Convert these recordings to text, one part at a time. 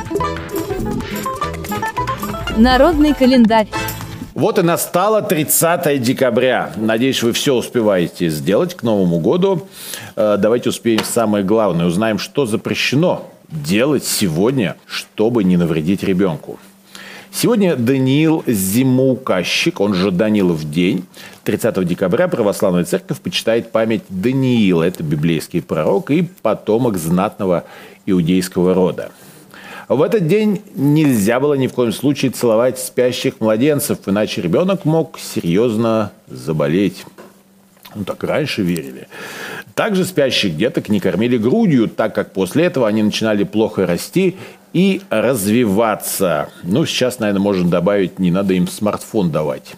Народный календарь. Вот и настало 30 декабря. Надеюсь, вы все успеваете сделать к Новому году. Давайте успеем самое главное. Узнаем, что запрещено делать сегодня, чтобы не навредить ребенку. Сегодня Даниил Зимоуказчик, он же Данилов день. 30 декабря православная церковь почитает память Даниила. Это библейский пророк и потомок знатного иудейского рода. В этот день нельзя было ни в коем случае целовать спящих младенцев, иначе ребенок мог серьезно заболеть. Ну, так раньше верили. Также спящих деток не кормили грудью, так как после этого они начинали плохо расти и развиваться. Ну, сейчас, наверное, можно добавить, не надо им смартфон давать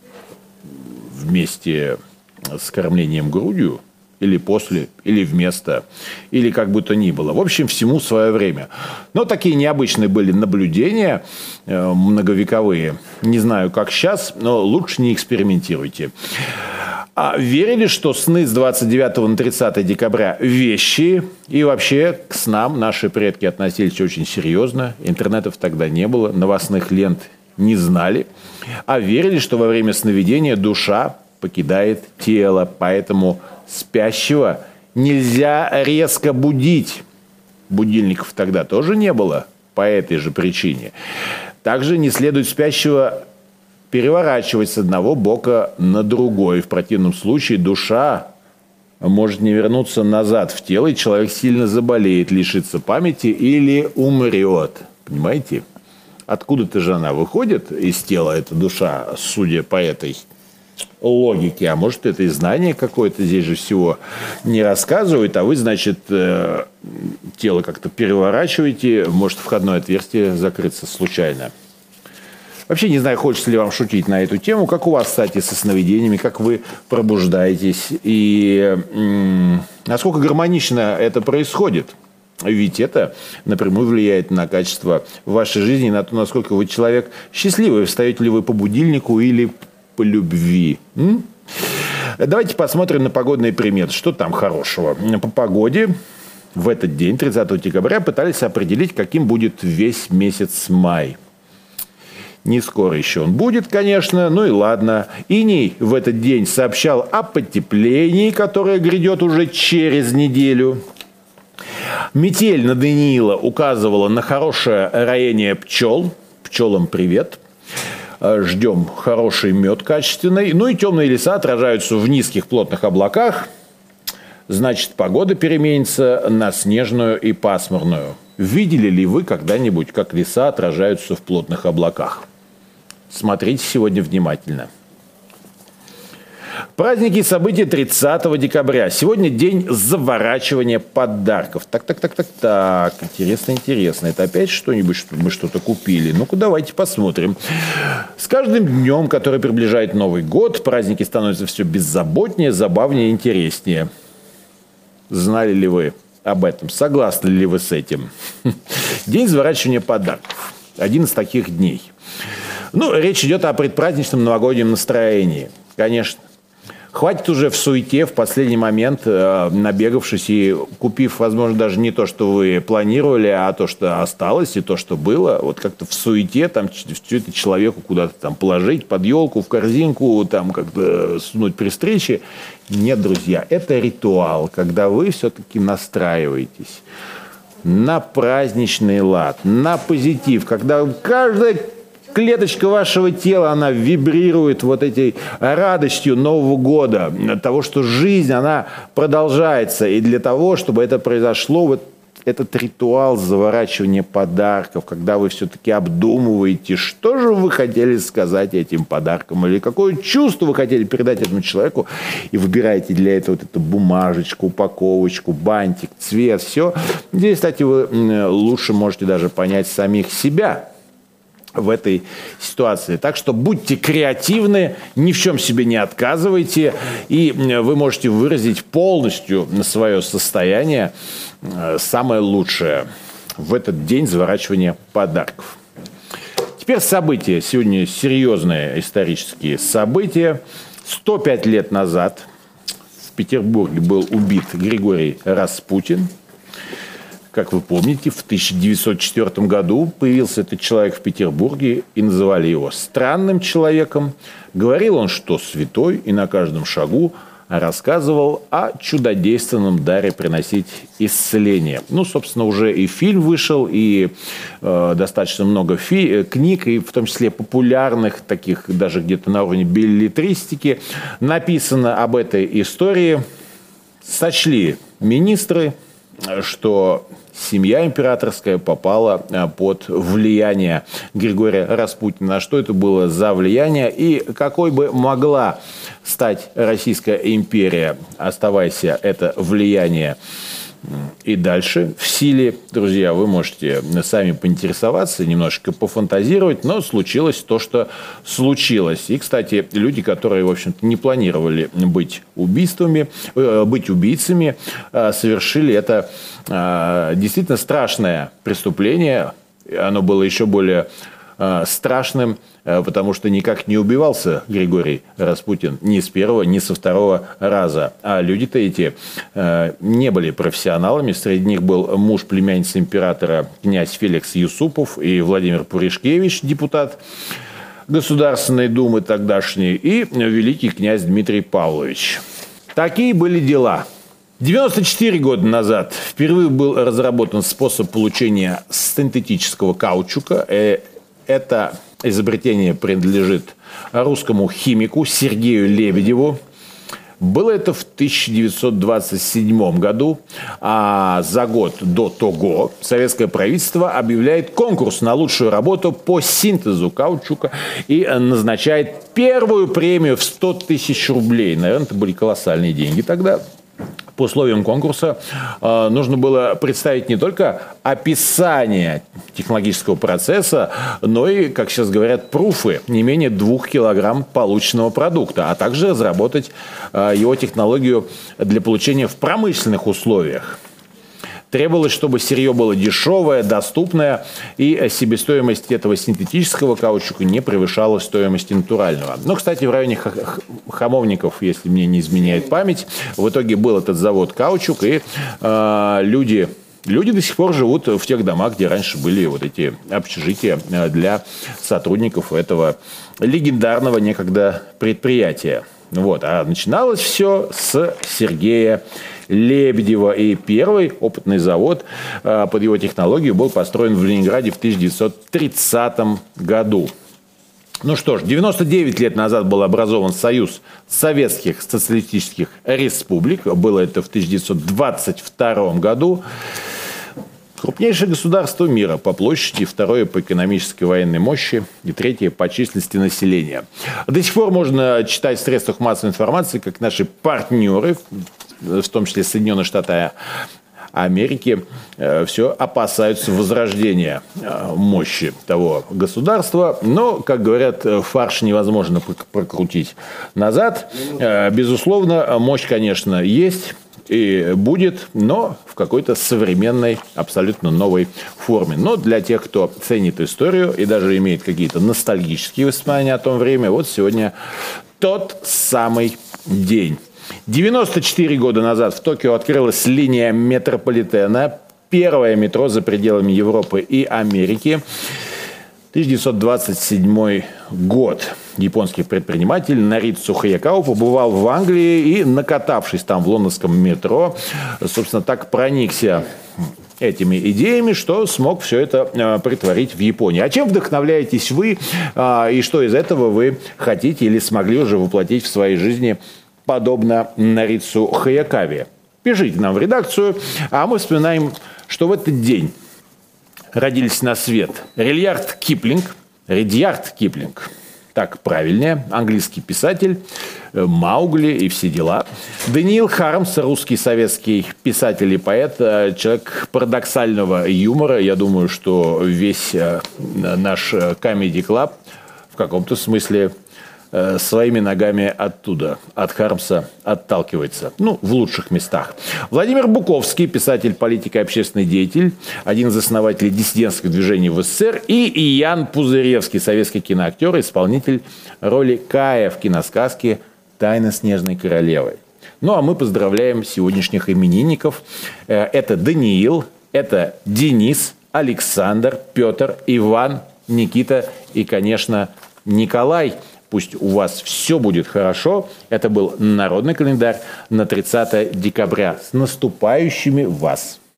вместе с кормлением грудью. Или после, или вместо, или как бы то ни было. В общем, всему свое время. Но такие необычные были наблюдения, многовековые. Не знаю, как сейчас, но лучше не экспериментируйте. Верили, что сны с 29 на 30 декабря вещи. И вообще к снам наши предки относились очень серьезно. Интернетов тогда не было, новостных лент не знали. А верили, что во время сновидения душа покидает тело, поэтому спящего нельзя резко будить. Будильников тогда тоже не было по этой же причине. Также не следует спящего переворачивать с одного бока на другой. В противном случае душа может не вернуться назад в тело, и человек сильно заболеет, лишится памяти или умрет. Понимаете? Откуда-то же она выходит из тела, эта душа, судя по этой логики, а может, это и знание какое-то, здесь же всего не рассказывают, а вы, значит, тело как-то переворачиваете, может, входное отверстие закрыться случайно. Вообще не знаю, хочется ли вам шутить на эту тему, как у вас, кстати, со сновидениями, как вы пробуждаетесь и насколько гармонично это происходит. Ведь это напрямую влияет на качество вашей жизни, на то, насколько вы человек счастливый, встаете ли вы по будильнику или по любви. Давайте посмотрим на погодные приметы. Что там хорошего? По погоде в этот день, 30 декабря, пытались определить, каким будет весь месяц май. Не скоро еще он будет, конечно, ну и ладно. Иней в этот день сообщал о потеплении, которое грядет уже через неделю. Метель на Даниила указывала на хорошее роение пчел. Пчелам привет. Ждем хороший мед качественный. Ну и темные леса отражаются в низких плотных облаках. Значит, погода переменится на снежную и пасмурную. Видели ли вы когда-нибудь, как леса отражаются в плотных облаках? Смотрите сегодня внимательно. Праздники и события 30 декабря. Сегодня день заворачивания подарков. Так. Интересно. Это опять что-нибудь, что мы что-то купили? Ну-ка, давайте посмотрим. С каждым днем, который приближает Новый год, праздники становятся все беззаботнее, забавнее и интереснее. Знали ли вы об этом? Согласны ли вы с этим? День заворачивания подарков. Один из таких дней. Ну, речь идет о предпраздничном новогоднем настроении. Конечно. Хватит уже в суете, в последний момент, набегавшись и купив, возможно, даже не то, что вы планировали, а то, что осталось, и то, что было. Вот как-то в суете там все это человеку куда-то там положить, под елку, в корзинку, там как-то сунуть при встрече. Нет, друзья, это ритуал, когда вы все-таки настраиваетесь на праздничный лад, на позитив, когда каждая клеточка вашего тела, она вибрирует вот этой радостью Нового года, того, что жизнь, она продолжается. И для того, чтобы это произошло, вот этот ритуал заворачивания подарков, когда вы все-таки обдумываете, что же вы хотели сказать этим подарком, или какое чувство вы хотели передать этому человеку, и выбираете для этого вот эту бумажечку, упаковочку, бантик, цвет, все. Здесь, кстати, вы лучше можете даже понять самих себя в этой ситуации. Так что будьте креативны, ни в чем себе не отказывайте, и вы можете выразить полностью свое состояние самое лучшее в этот день заворачивания подарков. Теперь события. Сегодня серьезные исторические события. 105 лет назад в Петербурге был убит Григорий Распутин, как вы помните, в 1904 году появился этот человек в Петербурге и называли его странным человеком. Говорил он, что святой, и на каждом шагу рассказывал о чудодейственном даре приносить исцеление. Ну, собственно, уже и фильм вышел, и достаточно много книг, и в том числе популярных, таких даже где-то на уровне беллетристики, написано об этой истории. Сочли министры, что семья императорская попала под влияние Григория Распутина. Что это было за влияние и какой бы могла стать Российская империя, оставаясь это влияние и дальше в силе, друзья, вы можете сами поинтересоваться, немножечко пофантазировать, но случилось то, что случилось. И, кстати, люди, которые, в общем-то, не планировали быть убийцами, совершили это действительно страшное преступление. Оно было еще более страшным, потому что никак не убивался Григорий Распутин ни с первого, ни со второго раза. А люди-то эти не были профессионалами. Среди них был муж племянницы императора князь Феликс Юсупов и Владимир Пуришкевич, депутат Государственной Думы тогдашней, и великий князь Дмитрий Павлович. Такие были дела. 94 года назад впервые был разработан способ получения синтетического каучука. Это изобретение принадлежит русскому химику Сергею Лебедеву. Было это в 1927 году, а за год до того советское правительство объявляет конкурс на лучшую работу по синтезу каучука и назначает первую премию в 100 тысяч рублей. Наверное, это были колоссальные деньги тогда. По условиям конкурса нужно было представить не только описание технологического процесса, но и, как сейчас говорят, пруфы не менее 2 килограмм полученного продукта, а также разработать его технологию для получения в промышленных условиях. Требовалось, чтобы сырье было дешевое, доступное, и себестоимость этого синтетического каучука не превышала стоимости натурального. Но, кстати, в районе Хамовников, если мне не изменяет память, в итоге был этот завод каучук, и люди до сих пор живут в тех домах, где раньше были вот эти общежития для сотрудников этого легендарного некогда предприятия. Вот. А начиналось все с Сергея Лебедева. И первый опытный завод под его технологию был построен в Ленинграде в 1930 году. Ну что ж, 99 лет назад был образован Союз Советских Социалистических Республик. Было это в 1922 году. Крупнейшее государство мира по площади, второе по экономической военной мощи и третье по численности населения. До сих пор можно читать в средствах массовой информации, как наши партнеры, в том числе Соединенные Штаты Америки, все опасаются возрождения мощи того государства. Но, как говорят, фарш невозможно прокрутить назад. Безусловно, мощь, конечно, есть и будет, но в какой-то современной, абсолютно новой форме. Но для тех, кто ценит историю и даже имеет какие-то ностальгические воспоминания о том времени, вот сегодня тот самый день. 94 года назад в Токио открылась линия метрополитена, первое метро за пределами Европы и Америки. 1927 год. Японский предприниматель Нарицу Хаякао побывал в Англии и, накатавшись там в лондонском метро, собственно, так проникся этими идеями, что смог все это притворить в Японии. А чем вдохновляетесь вы, и что из этого вы хотите или смогли уже воплотить в своей жизни подобно Нарицу Хаякаве? Пишите нам в редакцию, а мы вспоминаем, что в этот день родились на свет Рудьярд Киплинг, так правильнее, английский писатель, Маугли и все дела. Даниил Хармс, русский советский писатель и поэт, человек парадоксального юмора. Я думаю, что весь наш Comedy Club в каком-то смысле своими ногами оттуда, от Хармса, отталкивается. Ну, в лучших местах. Владимир Буковский, писатель, политик и общественный деятель, один из основателей диссидентских движений в СССР, и Ян Пузыревский, советский киноактер, исполнитель роли Кая в киносказке «Тайна снежной королевы». Ну, а мы поздравляем сегодняшних именинников. Это Даниил, Это Денис, Александр, Петр, Иван, Никита и, конечно, Николай. Пусть у вас все будет хорошо. Это был народный календарь на 30 декабря. С наступающими вас!